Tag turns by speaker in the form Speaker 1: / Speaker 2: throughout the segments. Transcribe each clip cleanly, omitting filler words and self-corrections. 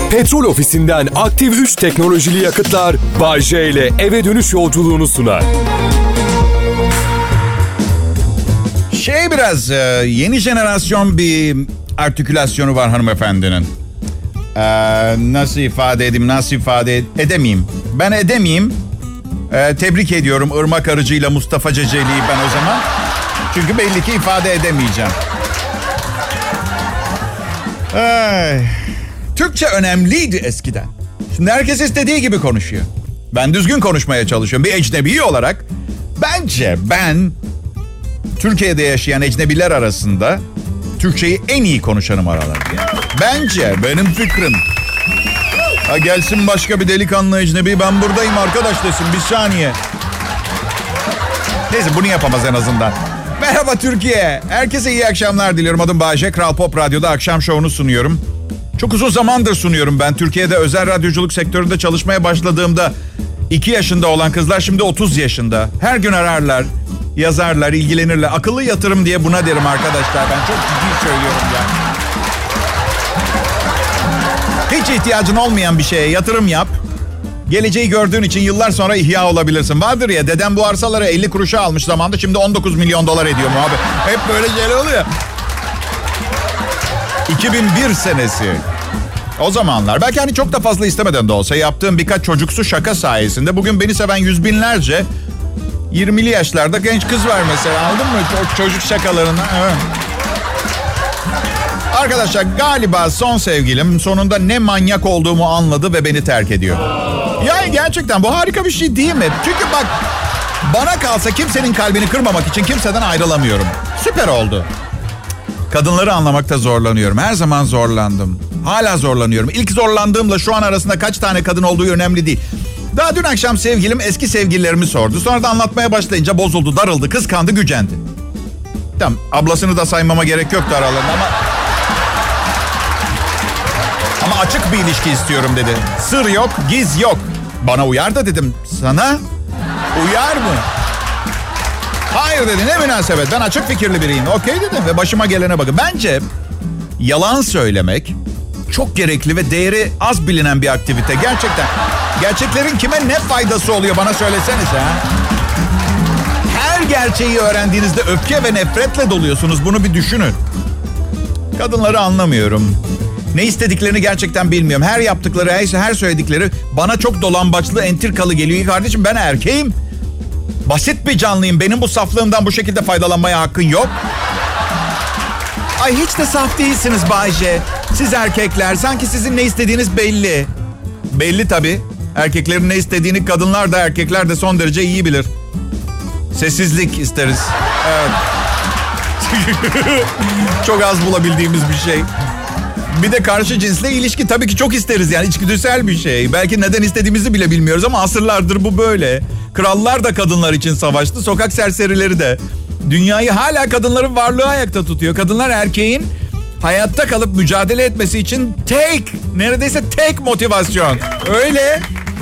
Speaker 1: Petrol Ofisi'nden aktif 3 teknolojili yakıtlar Bay J ile eve dönüş yolculuğunu sunar.
Speaker 2: Biraz yeni jenerasyon bir artikülasyonu var hanımefendinin. Nasıl ifade edemeyeyim. Ben edemeyeyim. Tebrik ediyorum Irmak Arıcı'yla Mustafa Ceceli'yi ben o zaman. Çünkü belli ki ifade edemeyeceğim. Türkçe önemliydi eskiden. Şimdi herkes istediği gibi konuşuyor. Ben düzgün konuşmaya çalışıyorum. Bir ecnebi olarak bence ben Türkiye'de yaşayan ecnebiler arasında Türkçeyi en iyi konuşanım aralarında. Bence, benim fikrim. Ha gelsin başka bir delikanlı ecnebi, ben buradayım arkadaş desin, bir saniye. Neyse, bunu yapamaz en azından. Merhaba Türkiye. Herkese iyi akşamlar diliyorum. Adım Bay J. Kral Pop Radyo'da akşam şovunu sunuyorum. Çok uzun zamandır sunuyorum ben. Türkiye'de özel radyoculuk sektöründe çalışmaya başladığımda 2 yaşında olan kızlar şimdi 30 yaşında. Her gün ararlar, yazarlar, ilgilenirler. Akıllı yatırım diye buna derim arkadaşlar. Ben çok ciddi söylüyorum ya. Hiç ihtiyacın olmayan bir şeye yatırım yap. Geleceği gördüğün için yıllar sonra ihya olabilirsin. Vardır ya, dedem bu arsaları 50 kuruşa almış zamanında, şimdi 19 milyon dolar ediyor mu abi? Hep böyle şeyler oluyor. 2001 senesi. O zamanlar belki hani çok da fazla istemeden de olsa yaptığım birkaç çocuksu şaka sayesinde bugün beni seven yüz binlerce 20'li yaşlarda genç kız var mesela, anladın mı? Çocuk şakalarından. Evet. Arkadaşlar galiba son sevgilim sonunda ne manyak olduğumu anladı ve beni terk ediyor. Yani gerçekten bu harika bir şey değil mi? Çünkü bak, bana kalsa kimsenin kalbini kırmamak için kimseden ayrılamıyorum. Süper oldu. Kadınları anlamakta zorlanıyorum. Her zaman zorlandım. Hala zorlanıyorum. İlk zorlandığımla şu an arasında kaç tane kadın olduğu önemli değil. Daha dün akşam sevgilim eski sevgililerimi sordu. Sonra da anlatmaya başlayınca bozuldu, darıldı, kıskandı, gücendi. Tamam, ablasını da saymama gerek yoktu aralarında ama açık bir ilişki istiyorum dedi. Sır yok, giz yok. Bana uyar da dedim. Sana uyar mı? Hayır dedi, ne münasebet, ben açık fikirli biriyim. Okey dedim ve başıma gelene bakın. Bence yalan söylemek çok gerekli ve değeri az bilinen bir aktivite. Gerçekten. Gerçeklerin kime ne faydası oluyor bana söylesenize ha? Her gerçeği öğrendiğinizde öfke ve nefretle doluyorsunuz. Bunu bir düşünün. Kadınları anlamıyorum. Ne istediklerini gerçekten bilmiyorum. Her yaptıkları, her söyledikleri bana çok dolambaçlı, entrikalı geliyor. Kardeşim, ben erkeğim. Basit bir canlıyım. Benim bu saflığımdan bu şekilde faydalanmaya hakkın yok. Ay hiç de saf değilsiniz Bay J. Siz erkekler, sanki sizin ne istediğiniz belli. Belli tabii. Erkeklerin ne istediğini kadınlar da erkekler de son derece iyi bilir. Sessizlik isteriz. Evet. Çok az bulabildiğimiz bir şey. Bir de karşı cinsle ilişki tabii ki çok isteriz, yani içgüdüsel bir şey. Belki neden istediğimizi bile bilmiyoruz ama asırlardır bu böyle. Krallar da kadınlar için savaştı, sokak serserileri de. Dünyayı hala kadınların varlığı ayakta tutuyor. Kadınlar erkeğin hayatta kalıp mücadele etmesi için neredeyse tek motivasyon. Öyle.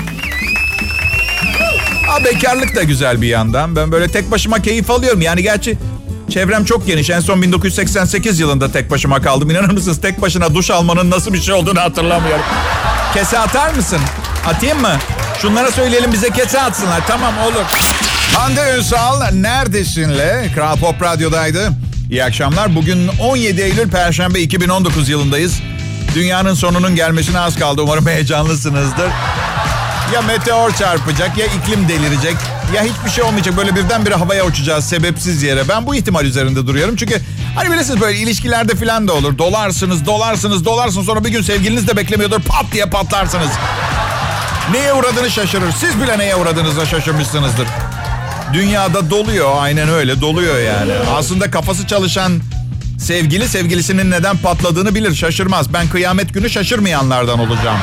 Speaker 2: Bekarlık da güzel bir yandan. Ben böyle tek başıma keyif alıyorum. Yani gerçi çevrem çok geniş. En son 1988 yılında tek başıma kaldım. İnanır mısınız, tek başına duş almanın nasıl bir şey olduğunu hatırlamıyorum. Kese atar mısın? Atayım mı? Şunlara söyleyelim, bize kese atsınlar. Tamam, olur. Hande Ünsal neredesinle? Kral Pop Radyo'daydı. İyi akşamlar. Bugün 17 Eylül Perşembe 2019 yılındayız. Dünyanın sonunun gelmesine az kaldı. Umarım heyecanlısınızdır. Ya meteor çarpacak, ya iklim delirecek, ya hiçbir şey olmayacak. Böyle birdenbire havaya uçacağız sebepsiz yere. Ben bu ihtimal üzerinde duruyorum. Çünkü hani bilirsiniz, böyle ilişkilerde falan da olur. Dolarsınız. Sonra bir gün sevgiliniz de beklemiyordur. Pat diye patlarsınız. Neye uğradığını şaşırır. Siz bile neye uğradığınızda şaşırmışsınızdır. Dünyada doluyor, aynen öyle doluyor yani. Aslında kafası çalışan sevgilisinin neden patladığını bilir, şaşırmaz. Ben kıyamet günü şaşırmayanlardan olacağım.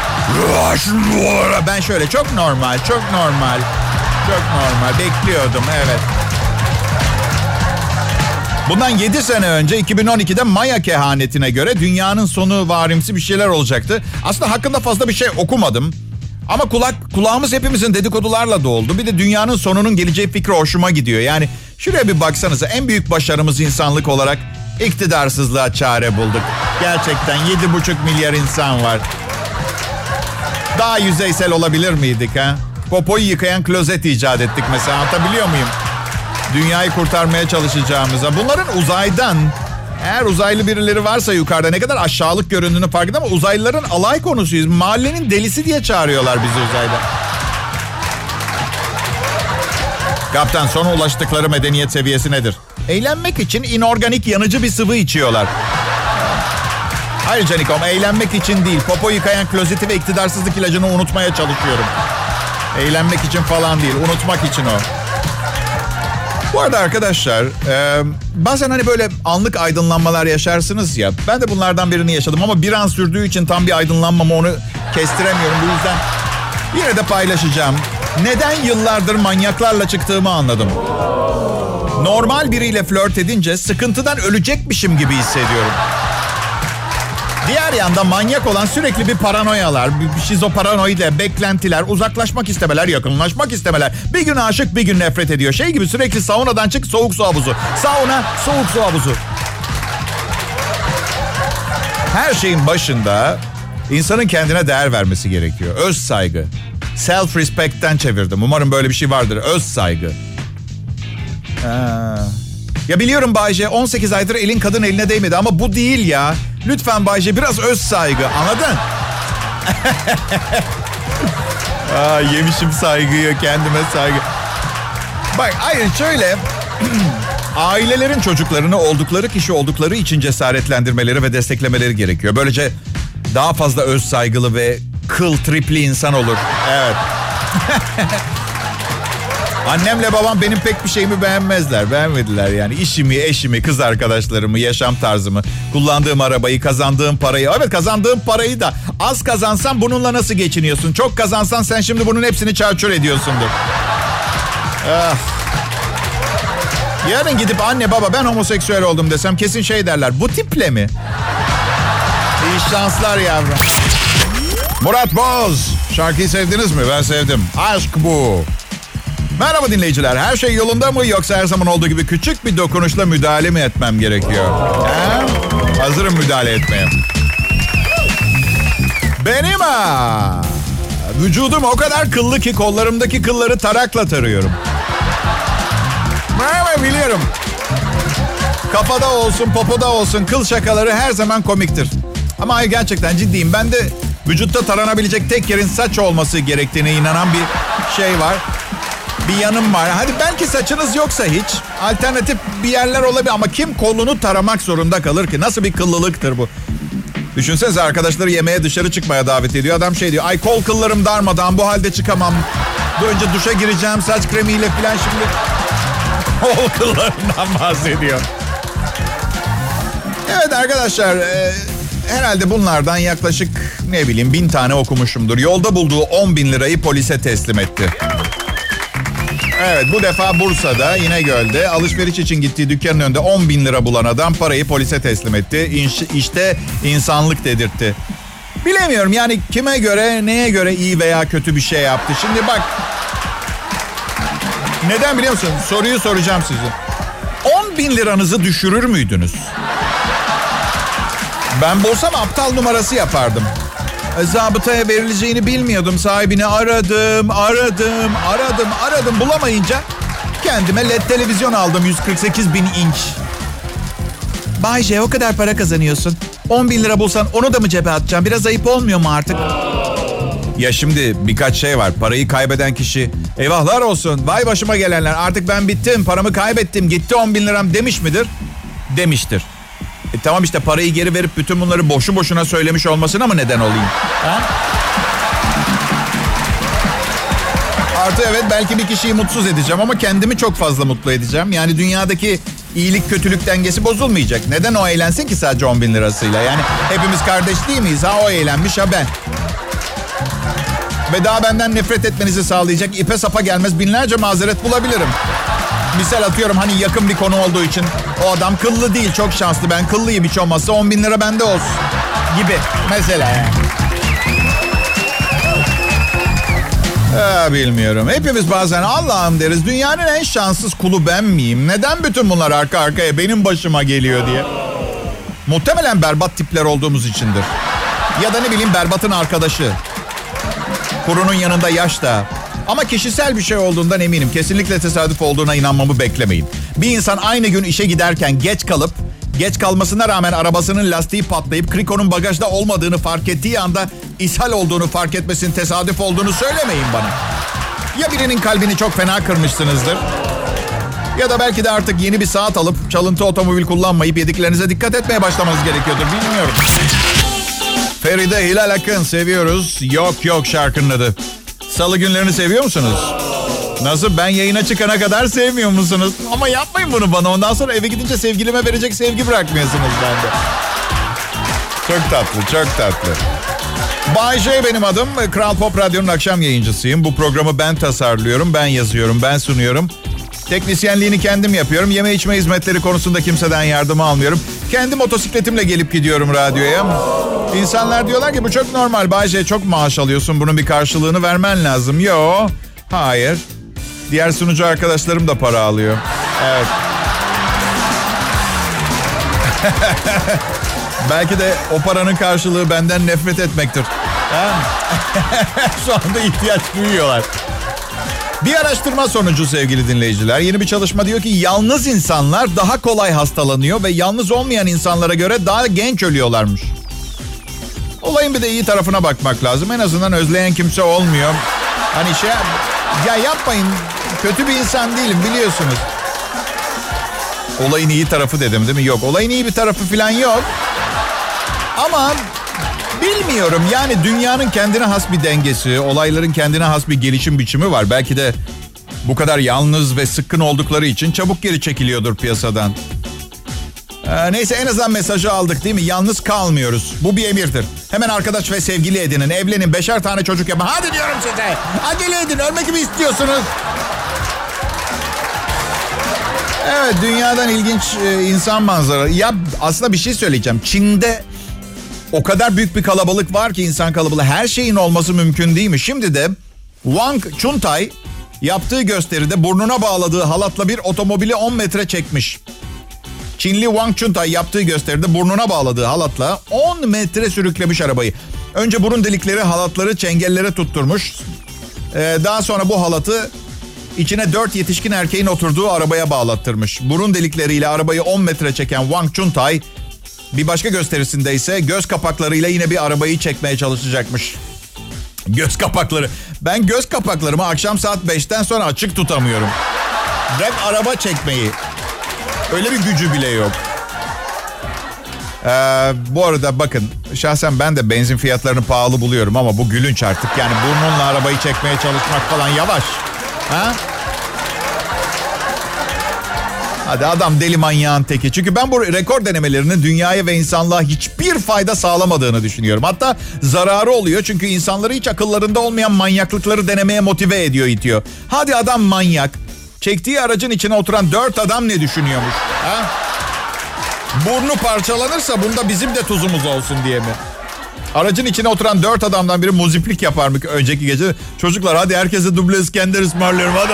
Speaker 2: Ben şöyle çok normal bekliyordum, evet. Bundan 7 sene önce 2012'de Maya kehanetine göre dünyanın sonu varimsi bir şeyler olacaktı. Aslında hakkında fazla bir şey okumadım. Ama kulağımız hepimizin dedikodularla doldu. Bir de dünyanın sonunun geleceği fikri hoşuma gidiyor. Yani şuraya bir baksanıza, en büyük başarımız insanlık olarak iktidarsızlığa çare bulduk. Gerçekten 7,5 milyar insan var. Daha yüzeysel olabilir miydik ha? Popoyu yıkayan klozet icat ettik mesela, anlatabiliyor muyum? Dünyayı kurtarmaya çalışacağımıza. Bunların uzaydan, eğer uzaylı birileri varsa yukarıda, ne kadar aşağılık göründüğünü farkında, ama uzaylıların alay konusuyuz. Mahallenin delisi diye çağırıyorlar bizi uzayda. Kaptan, sona ulaştıkları medeniyet seviyesi nedir? Eğlenmek için inorganik yanıcı bir sıvı içiyorlar. Hayır Canikom, eğlenmek için değil. Popo yıkayan klozeti ve iktidarsızlık ilacını unutmaya çalışıyorum. Eğlenmek için falan değil, unutmak için o. Bu arada arkadaşlar, bazen hani böyle anlık aydınlanmalar yaşarsınız ya. Ben de bunlardan birini yaşadım ama bir an sürdüğü için tam bir aydınlanmama, onu kestiremiyorum. Bu yüzden yine de paylaşacağım. Neden yıllardır manyaklarla çıktığımı anladım. Normal biriyle flört edince sıkıntıdan ölecekmişim gibi hissediyorum. Diğer yanda manyak olan sürekli bir paranoyalar, bir şizoparanoide, beklentiler, uzaklaşmak istemeler, yakınlaşmak istemeler. Bir gün aşık, bir gün nefret ediyor. Şey gibi, sürekli saunadan çık, soğuk su havuzu. Sauna, soğuk su havuzu. Her şeyin başında insanın kendine değer vermesi gerekiyor. Öz saygı. Self-respect'ten çevirdim. Umarım böyle bir şey vardır. Öz saygı. Ya biliyorum Bayce, 18 aydır elin kadın eline değmedi ama bu değil ya. Lütfen Bayce, biraz öz saygı, anladın? Yemişim saygıyı, kendime saygı. Bak hayır, şöyle... Ailelerin çocuklarını oldukları kişi oldukları için cesaretlendirmeleri ve desteklemeleri gerekiyor. Böylece daha fazla öz saygılı ve kıl tripli insan olur. Evet. Annemle babam benim pek bir şeyimi beğenmezler. Beğenmediler yani. İşimi, eşimi, kız arkadaşlarımı, yaşam tarzımı, kullandığım arabayı, kazandığım parayı. Evet, kazandığım parayı da az kazansan bununla nasıl geçiniyorsun? Çok kazansan sen şimdi bunun hepsini çarçur ediyorsundur. Yarın gidip anne baba ben homoseksüel oldum desem kesin şey derler. Bu tiple mi? İyi şanslar yavrum. Murat Boz. Şarkıyı sevdiniz mi? Ben sevdim. Aşk bu. Merhaba dinleyiciler. Her şey yolunda mı, yoksa her zaman olduğu gibi küçük bir dokunuşla müdahale mi etmem gerekiyor? Hazırım müdahale etmeye. Benim vücudum o kadar kıllı ki kollarımdaki kılları tarakla tarıyorum. Merhaba, biliyorum. Kafada olsun, popoda olsun kıl şakaları her zaman komiktir. Ama hayır, gerçekten ciddiyim. Ben de vücutta taranabilecek tek yerin saç olması gerektiğine inanan bir şey var. Bir yanım var. Hadi belki saçınız yoksa hiç alternatif bir yerler olabilir ama kim kolunu taramak zorunda kalır ki? Nasıl bir kıllılıktır bu? Düşünsenize, arkadaşları yemeğe dışarı çıkmaya davet ediyor. Adam şey diyor, ay kol kıllarım darmadan, bu halde çıkamam. Önce duşa gireceğim saç kremiyle falan, şimdi kol kıllarından bahsediyor. Evet arkadaşlar, herhalde bunlardan yaklaşık 1000 tane okumuşumdur. Yolda bulduğu 10.000 lirayı polise teslim etti. Evet, bu defa Bursa'da İnegöl'de alışveriş için gittiği dükkanın önünde 10.000 lira bulan adam parayı polise teslim etti. İşte insanlık dedirtti. Bilemiyorum yani, kime göre, neye göre iyi veya kötü bir şey yaptı. Şimdi bak, neden biliyor musun? Soruyu soracağım size. 10.000 liranızı düşürür müydünüz? Ben bulsam aptal numarası yapardım. Zabıtaya verileceğini bilmiyordum. Sahibini aradım. Bulamayınca kendime LED televizyon aldım. 148 bin inç. Bay J, o kadar para kazanıyorsun. 10.000 lira bulsan onu da mı cebe atacaksın? Biraz ayıp olmuyor mu artık? Ya şimdi birkaç şey var. Parayı kaybeden kişi eyvahlar olsun, vay başıma gelenler, artık ben bittim, paramı kaybettim, gitti 10.000 liram demiş midir? Demiştir. Tamam işte, parayı geri verip bütün bunları boşu boşuna söylemiş olmasına mı neden olayım? Ha? Artı evet, belki bir kişiyi mutsuz edeceğim ama kendimi çok fazla mutlu edeceğim. Yani dünyadaki iyilik kötülük dengesi bozulmayacak. Neden o eğlensin ki sadece 10.000 lirasıyla? Yani hepimiz kardeş değil miyiz? Ha o eğlenmiş, ha ben. Ve daha benden nefret etmenizi sağlayacak ipe sapa gelmez binlerce mazeret bulabilirim. Misal atıyorum, hani yakın bir konu olduğu için o adam kıllı değil, çok şanslı, ben kıllıyım, hiç olmazsa 10.000 lira bende olsun gibi mesela yani. Bilmiyorum. Hepimiz bazen Allah'ım deriz, dünyanın en şanssız kulu ben miyim? Neden bütün bunlar arka arkaya benim başıma geliyor diye. Muhtemelen berbat tipler olduğumuz içindir. Ya da ne bileyim, berbatın arkadaşı. Kurunun yanında yaş da. Ama kişisel bir şey olduğundan eminim. Kesinlikle tesadüf olduğuna inanmamı beklemeyin. Bir insan aynı gün işe giderken geç kalmasına rağmen arabasının lastiği patlayıp Kriko'nun bagajda olmadığını fark ettiği anda ishal olduğunu fark etmesinin tesadüf olduğunu söylemeyin bana. Ya birinin kalbini çok fena kırmışsınızdır. Ya da belki de artık yeni bir saat alıp çalıntı otomobil kullanmayıp yediklerinize dikkat etmeye başlamanız gerekiyordur. Bilmiyorum. Feride Hilal Akın seviyoruz. Yok şarkının adı. Salı günlerini seviyor musunuz? Nasıl? Ben yayına çıkana kadar sevmiyor musunuz? Ama yapmayın bunu bana. Ondan sonra eve gidince sevgilime verecek sevgi bırakmıyorsunuz bende. Çok tatlı. Bay J benim adım. Kral Pop Radyo'nun akşam yayıncısıyım. Bu programı ben tasarlıyorum, ben yazıyorum, ben sunuyorum. Teknisyenliğini kendim yapıyorum. Yeme içme hizmetleri konusunda kimseden yardım almıyorum. Kendi motosikletimle gelip gidiyorum radyoya. İnsanlar diyorlar ki bu çok normal. Bay J, çok maaş alıyorsun. Bunun bir karşılığını vermen lazım. Yo, hayır. Diğer sunucu arkadaşlarım da para alıyor. Evet. Belki de o paranın karşılığı benden nefret etmektir. Şu anda ihtiyaç duyuyorlar. Bir araştırma sonucu sevgili dinleyiciler. Yeni bir çalışma diyor ki yalnız insanlar daha kolay hastalanıyor ve yalnız olmayan insanlara göre daha genç ölüyorlarmış. Olayın bir de iyi tarafına bakmak lazım. En azından özleyen kimse olmuyor. Hani ya yapmayın. Kötü bir insan değilim biliyorsunuz. Olayın iyi tarafı dedim değil mi? Yok. Olayın iyi bir tarafı falan yok. Ama bilmiyorum. Yani dünyanın kendine has bir dengesi, olayların kendine has bir gelişim biçimi var. Belki de bu kadar yalnız ve sıkkın oldukları için çabuk geri çekiliyordur piyasadan. Neyse en azından mesajı aldık değil mi? Yalnız kalmıyoruz. Bu bir emirdir. Hemen arkadaş ve sevgili edinin, evlenin, 5'er tane çocuk yapın. Hadi diyorum size. Acele edin. Ölmek mi istiyorsunuz? Evet, dünyadan ilginç insan manzara. Ya aslında bir şey söyleyeceğim. Çin'de o kadar büyük bir kalabalık var ki, insan kalabalığı. Her şeyin olması mümkün değil mi? Şimdi de Wang Chuntay yaptığı gösteride burnuna bağladığı halatla bir otomobili 10 metre çekmiş. Çinli Wang Chuntay yaptığı gösteride burnuna bağladığı halatla 10 metre sürüklemiş arabayı. Önce burun delikleri halatları çengellere tutturmuş. Daha sonra bu halatı içine 4 yetişkin erkeğin oturduğu arabaya bağlattırmış. Burun delikleriyle arabayı 10 metre çeken Wang Chuntay bir başka gösterisinde ise göz kapaklarıyla yine bir arabayı çekmeye çalışacakmış. Göz kapakları. Ben göz kapaklarımı akşam saat 5'ten sonra açık tutamıyorum. Bırak araba çekmeyi. Öyle bir gücü bile yok. Bu arada bakın, şahsen ben de benzin fiyatlarını pahalı buluyorum ama bu gülünç artık. Yani burnunla arabayı çekmeye çalışmak falan yavaş. Ha? Hadi adam deli manyağın teki. Çünkü ben bu rekor denemelerinin dünyaya ve insanlığa hiçbir fayda sağlamadığını düşünüyorum. Hatta zararı oluyor çünkü insanları hiç akıllarında olmayan manyaklıkları denemeye motive ediyor, itiyor. Hadi adam manyak. Çektiği aracın içine oturan 4 adam ne düşünüyormuş? Ha? Burnu parçalanırsa bunda bizim de tuzumuz olsun diye mi? Aracın içine oturan 4 adamdan biri muziplik yapar mı önceki gece? Çocuklar hadi herkese duble İskender ısmarlıyorum hadi.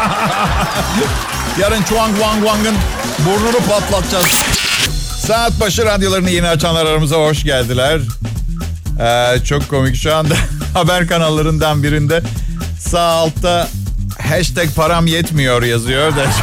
Speaker 2: Yarın Chuang Wang'ın burnunu patlatacağız. Saat başı radyolarını yeni açanlar aramıza hoş geldiler. Çok komik şu anda haber kanallarından birinde sağ altta #param yetmiyor yazıyor da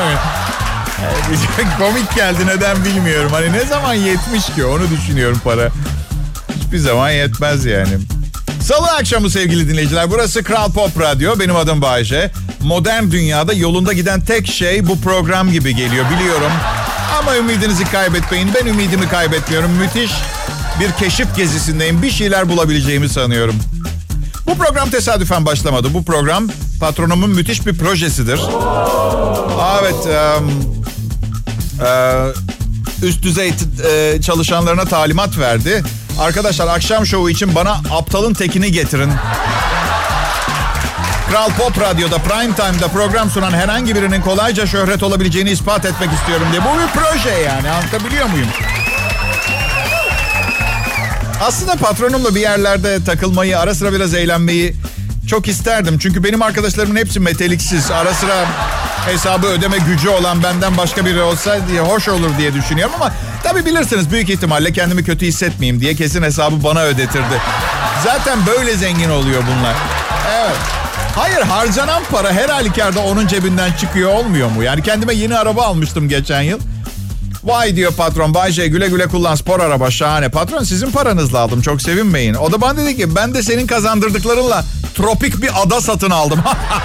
Speaker 2: çok komik geldi, neden bilmiyorum. Hani ne zaman yetmiş ki, onu düşünüyorum para. Hiçbir zaman yetmez yani. Salı akşamı sevgili dinleyiciler. Burası Kral Pop Radyo. Benim adım Bayce. Modern dünyada yolunda giden tek şey bu program gibi geliyor biliyorum. Ama ümidinizi kaybetmeyin. Ben ümidimi kaybetmiyorum. Müthiş bir keşif gezisindeyim. Bir şeyler bulabileceğimi sanıyorum. Bu program tesadüfen başlamadı. Bu program patronumun müthiş bir projesidir. Evet. Üst düzey çalışanlarına talimat verdi. Arkadaşlar akşam şovu için bana aptalın tekini getirin. Kral Pop Radyo'da prime time'da program sunan herhangi birinin kolayca şöhret olabileceğini ispat etmek istiyorum diye. Bu bir proje yani, anlatabiliyor muyum? Aslında patronumla bir yerlerde takılmayı, ara sıra biraz eğlenmeyi çok isterdim. Çünkü benim arkadaşlarımın hepsi meteliksiz. Ara sıra hesabı ödeme gücü olan benden başka biri olsa diye hoş olur diye düşünüyorum ama tabii bilirsiniz, büyük ihtimalle kendimi kötü hissetmeyeyim diye kesin hesabı bana ödetirdi. Zaten böyle zengin oluyor bunlar. Evet. Hayır, harcanan para her halükarda onun cebinden çıkıyor olmuyor mu? Yani kendime yeni araba almıştım geçen yıl. Vay diyor patron, Bay J güle güle kullan, spor araba şahane. Patron sizin paranızla aldım, çok sevinmeyin. O da bana dedi ki ben de senin kazandırdıklarınla tropik bir ada satın aldım.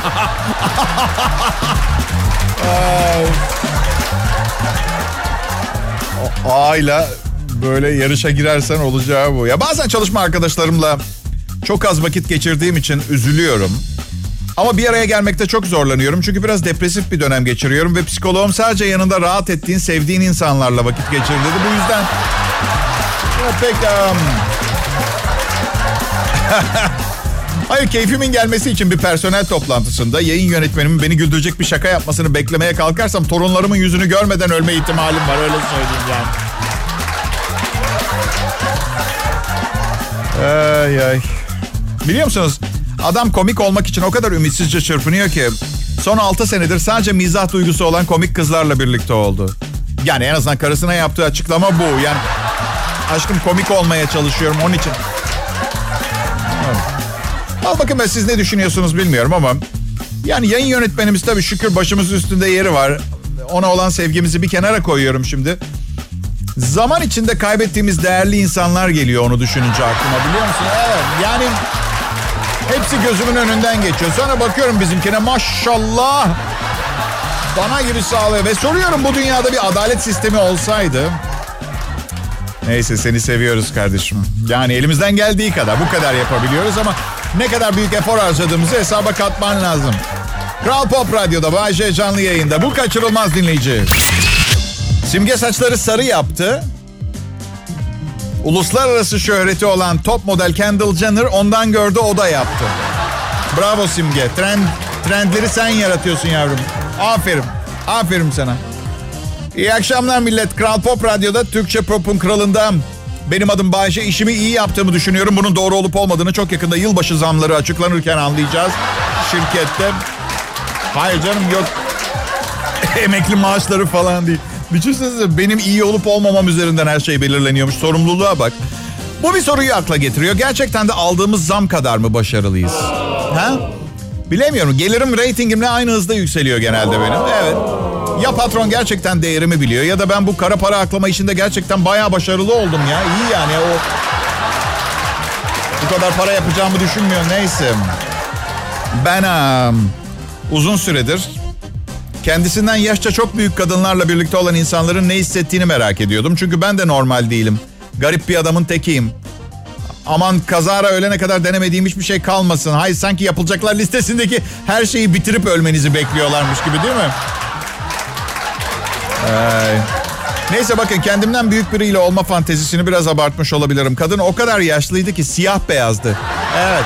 Speaker 2: Ağayla böyle yarışa girersen olacağı bu. Ya bazen çalışma arkadaşlarımla çok az vakit geçirdiğim için üzülüyorum. Ama bir araya gelmekte çok zorlanıyorum. Çünkü biraz depresif bir dönem geçiriyorum. Ve psikoloğum sadece yanında rahat ettiğin, sevdiğin insanlarla vakit geçir dedi. Bu yüzden... Hayır, keyfimin gelmesi için bir personel toplantısında yayın yönetmenimin beni güldürecek bir şaka yapmasını beklemeye kalkarsam torunlarımın yüzünü görmeden ölme ihtimalim var, öyle söyleyeyim yani. Ay. Biliyor musunuz? Adam komik olmak için o kadar ümitsizce çırpınıyor ki son 6 senedir sadece mizah duygusu olan komik kızlarla birlikte oldu. Yani en azından karısına yaptığı açıklama bu. Yani aşkım komik olmaya çalışıyorum onun için. Al bakın ben, siz ne düşünüyorsunuz bilmiyorum ama yani yayın yönetmenimiz tabii şükür başımızın üstünde yeri var. Ona olan sevgimizi bir kenara koyuyorum şimdi. Zaman içinde kaybettiğimiz değerli insanlar geliyor onu düşününce aklıma, biliyor musun? Evet, yani hepsi gözümün önünden geçiyor. Sonra bakıyorum bizimkine, maşallah dana gibi sağlıyor. Ve soruyorum, bu dünyada bir adalet sistemi olsaydı... Neyse, seni seviyoruz kardeşim. Yani elimizden geldiği kadar, bu kadar yapabiliyoruz ama ne kadar büyük efor harcadığımızı hesaba katman lazım. Kral Pop Radyo'da Bay J canlı yayında. Bu kaçırılmaz dinleyici. Simge saçları sarı yaptı. Uluslararası şöhreti olan top model Kendall Jenner ondan gördü, o da yaptı. Bravo Simge. Trendleri sen yaratıyorsun yavrum. Aferin. Aferin sana. İyi akşamlar millet. Kral Pop Radyo'da Türkçe Pop'un kralında. Benim adım Bayşe. İşimi iyi yaptığımı düşünüyorum. Bunun doğru olup olmadığını çok yakında yılbaşı zamları açıklanırken anlayacağız. Şirkette. Hayır canım, yok. Emekli maaşları falan değil. Düşünsenize, benim iyi olup olmamam üzerinden her şey belirleniyormuş. Sorumluluğa bak. Bu bir soruyu akla getiriyor. Gerçekten de aldığımız zam kadar mı başarılıyız? Ha? Bilemiyorum. Gelirim reytingimle aynı hızda yükseliyor genelde benim. Evet. Ya patron gerçekten değerimi biliyor ya da ben bu kara para aklama işinde gerçekten bayağı başarılı oldum ya. İyi yani o. Bu kadar para yapacağımı düşünmüyor. Neyse. Ben uzun süredir kendisinden yaşça çok büyük kadınlarla birlikte olan insanların ne hissettiğini merak ediyordum. Çünkü ben de normal değilim. Garip bir adamın tekiyim. Aman kazara ölene kadar denemediğim hiçbir şey kalmasın. Hayır, sanki yapılacaklar listesindeki her şeyi bitirip ölmenizi bekliyorlarmış gibi, değil mi? Neyse bakın, kendimden büyük biriyle olma fantezisini biraz abartmış olabilirim. Kadın o kadar yaşlıydı ki siyah beyazdı. Evet.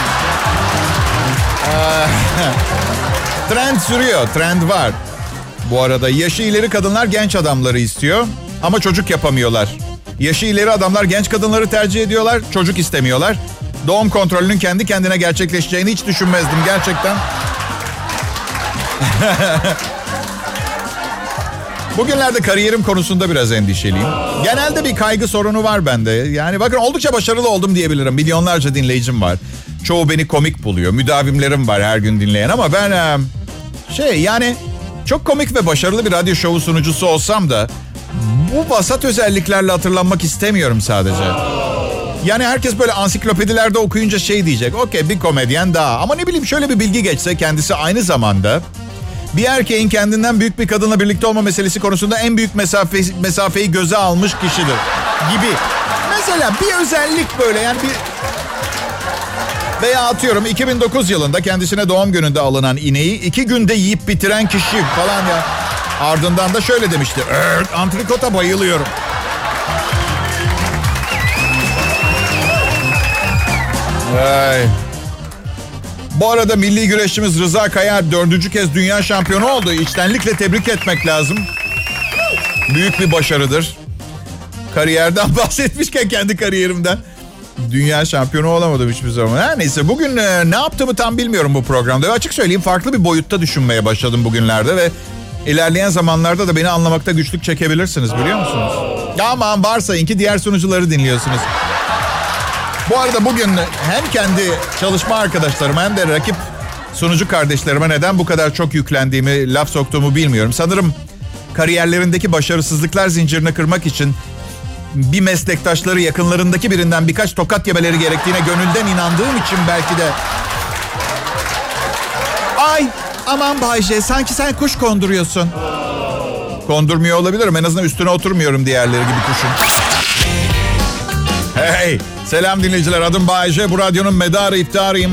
Speaker 2: Trend sürüyor, trend var. Bu arada yaşı ileri kadınlar genç adamları istiyor ama çocuk yapamıyorlar. Yaşı ileri adamlar genç kadınları tercih ediyorlar, çocuk istemiyorlar. Doğum kontrolünün kendi kendine gerçekleşeceğini hiç düşünmezdim gerçekten. Bugünlerde kariyerim konusunda biraz endişeliyim. Genelde bir kaygı sorunu var bende. Yani bakın, oldukça başarılı oldum diyebilirim. Milyonlarca dinleyicim var. Çoğu beni komik buluyor. Müdavimlerim var her gün dinleyen ama ben yani çok komik ve başarılı bir radyo şovu sunucusu olsam da bu vasat özelliklerle hatırlanmak istemiyorum sadece. Yani herkes böyle ansiklopedilerde okuyunca şey diyecek. Okey, bir komedyen daha. Ama ne bileyim, şöyle bir bilgi geçse, kendisi aynı zamanda bir erkeğin kendinden büyük bir kadınla birlikte olma meselesi konusunda en büyük mesafeyi göze almış kişidir gibi. Mesela bir özellik böyle, yani bir... Veya atıyorum 2009 yılında kendisine doğum gününde alınan ineği 2 günde yiyip bitiren kişi falan ya. Ardından da şöyle demişti. Antrikota bayılıyorum. Bu arada milli güreşçimiz Rıza Kayar 4. kez dünya şampiyonu oldu. İçtenlikle tebrik etmek lazım. Büyük bir başarıdır. Kariyerden bahsetmişken kendi kariyerimden. Dünya şampiyonu olamadım hiçbir zaman. Her neyse, bugün ne yaptığımı tam bilmiyorum bu programda. Ve açık söyleyeyim, farklı bir boyutta düşünmeye başladım bugünlerde ve ilerleyen zamanlarda da beni anlamakta güçlük çekebilirsiniz, biliyor musunuz? Aman varsayın ki diğer sunucuları dinliyorsunuz. Bu arada bugün hem kendi çalışma arkadaşlarıma hem de rakip sunucu kardeşlerime neden bu kadar çok yüklendiğimi, laf soktuğumu bilmiyorum. Sanırım kariyerlerindeki başarısızlıklar zincirini kırmak için bir meslektaşları yakınlarındaki birinden birkaç tokat yemeleri gerektiğine gönülden inandığım için belki de... Ay aman Bay J, sanki sen kuş konduruyorsun. Kondurmuyor olabilirim. En azından üstüne oturmuyorum diğerleri gibi kuşun. Hey, selam dinleyiciler. Adım Bay J. Bu radyonun medarı iftiharıyım.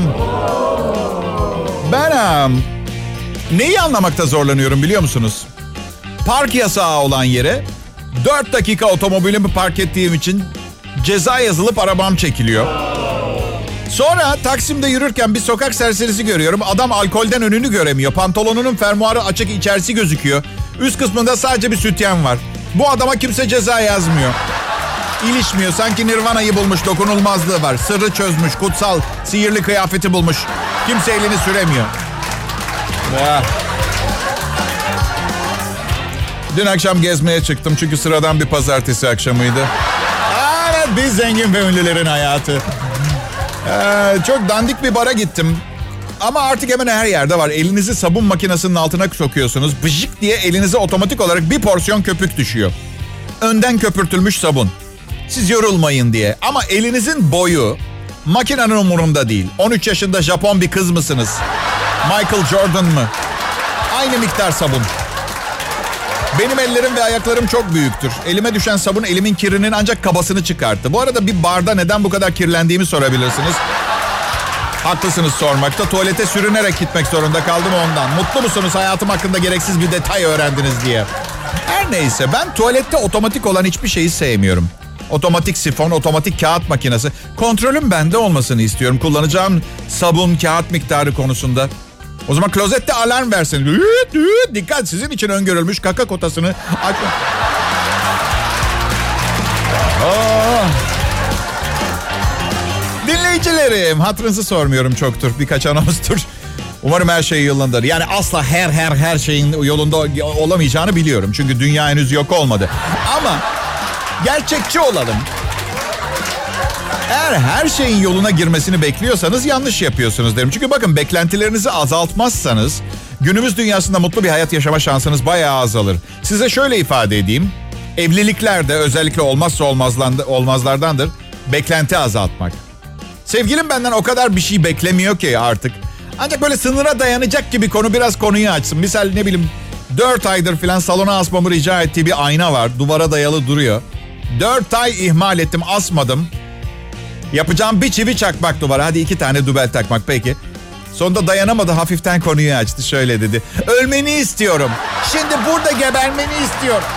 Speaker 2: Ben neyi anlamakta zorlanıyorum biliyor musunuz? Park yasağı olan yere 4 dakika otomobilimi park ettiğim için ceza yazılıp arabam çekiliyor. Sonra Taksim'de yürürken bir sokak serserisi görüyorum. Adam alkolden önünü göremiyor. Pantolonunun fermuarı açık, içerisi gözüküyor. Üst kısmında sadece bir sütyen var. Bu adama kimse ceza yazmıyor. İlişmiyor. Sanki Nirvana'yı bulmuş, dokunulmazlığı var. Sırrı çözmüş, kutsal, sihirli kıyafeti bulmuş. Kimse elini süremiyor. Dün akşam gezmeye çıktım çünkü sıradan bir pazartesi akşamıydı. Evet, biz zengin ve ünlülerin hayatı. Çok dandik bir bara gittim. Ama artık hemen her yerde var. Elinizi sabun makinesinin altına sokuyorsunuz. Bıcık diye elinize otomatik olarak bir porsiyon köpük düşüyor. Önden köpürtülmüş sabun. Siz yorulmayın diye. Ama elinizin boyu makinenin umurunda değil. 13 yaşında Japon bir kız mısınız? Michael Jordan mı? Aynı miktar sabun. Benim ellerim ve ayaklarım çok büyüktür. Elime düşen sabun elimin kirinin ancak kabasını çıkarttı. Bu arada bir barda neden bu kadar kirlendiğimi sorabilirsiniz. Haklısınız sormakta. Tuvalete sürünerek gitmek zorunda kaldım ondan. Mutlu musunuz hayatım hakkında gereksiz bir detay öğrendiniz diye. Her neyse, ben tuvalette otomatik olan hiçbir şeyi sevmiyorum. Otomatik sifon, otomatik kağıt makinesi. Kontrolüm bende olmasını istiyorum. Kullanacağım sabun, kağıt miktarı konusunda. O zaman klozette alarm versin. Dikkat, sizin için öngörülmüş kaka kotasını aç. Dinleyicilerim, hatırınızı sormuyorum çoktur. Birkaç anonstur. Umarım her şey yolundadır. Yani asla her şeyin yolunda olamayacağını biliyorum. Çünkü dünya henüz yok olmadı. Ama gerçekçi olalım. Eğer her şeyin yoluna girmesini bekliyorsanız yanlış yapıyorsunuz derim. Çünkü bakın, beklentilerinizi azaltmazsanız günümüz dünyasında mutlu bir hayat yaşama şansınız bayağı azalır. Size şöyle ifade edeyim. Evliliklerde özellikle olmazsa olmazlardandır beklenti azaltmak. Sevgilim benden o kadar bir şey beklemiyor ki artık. Ancak böyle sınıra dayanacak gibi biraz konuyu açsın. Misal ne bileyim 4 aydır falan salona asmamı rica ettiği bir ayna var. Duvara dayalı duruyor. 4 ay ihmal ettim, asmadım. Yapacağım bir çivi çakmak duvara. Hadi 2 tane dübel takmak peki. Sonunda dayanamadı, hafiften konuyu açtı. Şöyle dedi. Ölmeni istiyorum. Şimdi burada gebermeni istiyorum.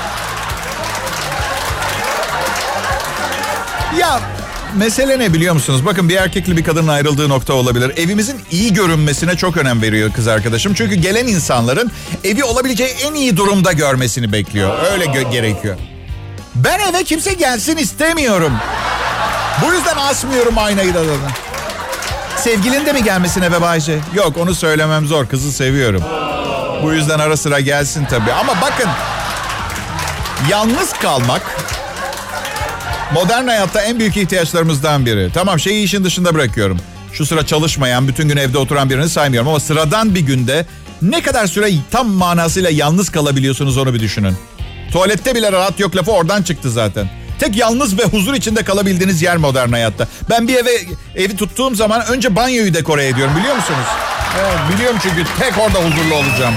Speaker 2: Ya mesele ne biliyor musunuz? Bakın, bir erkekle bir kadının ayrıldığı nokta olabilir. Evimizin iyi görünmesine çok önem veriyor kız arkadaşım. Çünkü gelen insanların evi olabileceği en iyi durumda görmesini bekliyor. Öyle gerekiyor. Ben eve kimse gelsin istemiyorum. Bu yüzden asmıyorum aynayı da. Sevgilin de mi gelmesin eve Bayce? Yok, onu söylemem zor. Kızı seviyorum. Bu yüzden ara sıra gelsin tabii. Ama bakın, yalnız kalmak modern hayatta en büyük ihtiyaçlarımızdan biri. Tamam, şeyi işin dışında bırakıyorum. Şu sıra çalışmayan, bütün gün evde oturan birini saymıyorum. Ama sıradan bir günde ne kadar süre tam manasıyla yalnız kalabiliyorsunuz onu bir düşünün. Tuvalette bile rahat yok lafı oradan çıktı zaten. Tek yalnız ve huzur içinde kalabildiğiniz yer modern hayatta. Ben bir evi tuttuğum zaman önce banyoyu dekore ediyorum, biliyor musunuz? Evet, biliyorum çünkü tek orada huzurlu olacağım.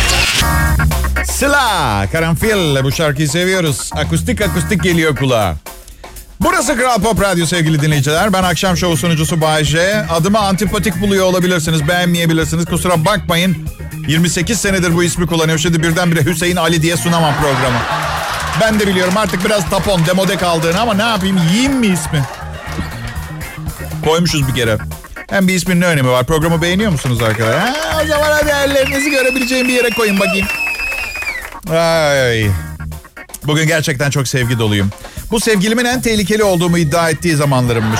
Speaker 2: Sıla, Karanfil, bu şarkıyı seviyoruz. Akustik geliyor kulağa. Burası Kral Pop Radyo sevgili dinleyiciler. Ben akşam şovu sunucusu Bay J. Adımı antipatik buluyor olabilirsiniz, beğenmeyebilirsiniz. Kusura bakmayın. 28 senedir bu ismi kullanıyorum. Şimdi birdenbire Hüseyin Ali diye sunamam programı. Ben de biliyorum artık biraz tapon, demode kaldığını, ama ne yapayım, yiyeyim mi ismi? Koymuşuz bir kere. Hem bir ismin ne önemi var? Programı beğeniyor musunuz arkadaşlar? O zaman hadi ellerinizi görebileceğim bir yere koyun bakayım. Ay. Bugün gerçekten çok sevgi doluyum. Bu sevgilimin en tehlikeli olduğumu iddia ettiği zamanlarımmış.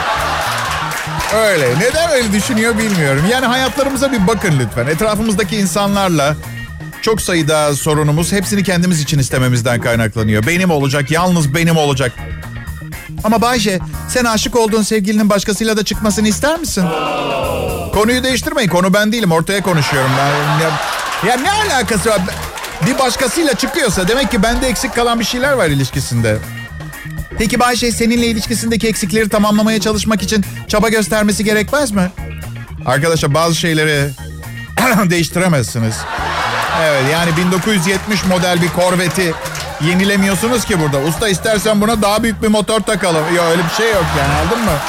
Speaker 2: Öyle. Neden öyle düşünüyor bilmiyorum. Yani hayatlarımıza bir bakın lütfen. Etrafımızdaki insanlarla çok sayıda sorunumuz hepsini kendimiz için istememizden kaynaklanıyor. Benim olacak, yalnız benim olacak. Ama Bayce, sen aşık olduğun sevgilinin başkasıyla da çıkmasını ister misin? Konuyu değiştirmeyin. Konu ben değilim. Ortaya konuşuyorum ben. Ya ne alakası var? Bir başkasıyla çıkıyorsa demek ki bende eksik kalan bir şeyler var ilişkisinde. Peki Bayce, seninle ilişkisindeki eksikleri tamamlamaya çalışmak için çaba göstermesi gerekmez mi? Arkadaşlar, bazı şeyleri değiştiremezsiniz. Evet, yani 1970 model bir Corvette'i yenilemiyorsunuz ki burada. Usta, istersen buna daha büyük bir motor takalım. Yok, öyle bir şey yok yani, anladın mı?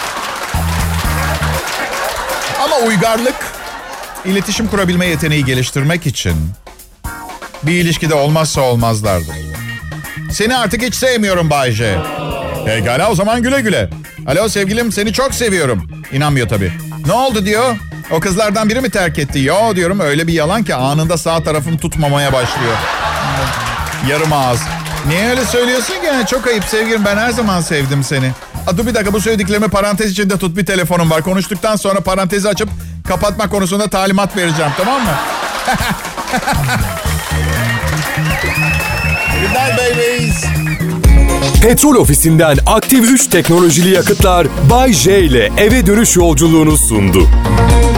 Speaker 2: Ama uygarlık, iletişim kurabilme yeteneği geliştirmek için bir ilişkide olmazsa olmazlardır. Seni artık hiç sevmiyorum Bayce. Pekala, o zaman güle güle. Alo sevgilim, seni çok seviyorum. İnanmıyor tabii. Ne oldu diyor. O kızlardan biri mi terk etti? Yo diyorum, öyle bir yalan ki anında sağ tarafım tutmamaya başlıyor. Yarım ağız. Niye öyle söylüyorsun ki? Yani çok ayıp sevgilim, ben her zaman sevdim seni. Dur bir dakika, bu söylediklerimi parantez içinde tut, bir telefonum var. Konuştuktan sonra parantezi açıp kapatma konusunda talimat vereceğim, tamam mı? Good night babies.
Speaker 1: Petrol Ofisi'nden Aktif 3 teknolojili yakıtlar Bay J ile eve dönüş yolculuğunu sundu.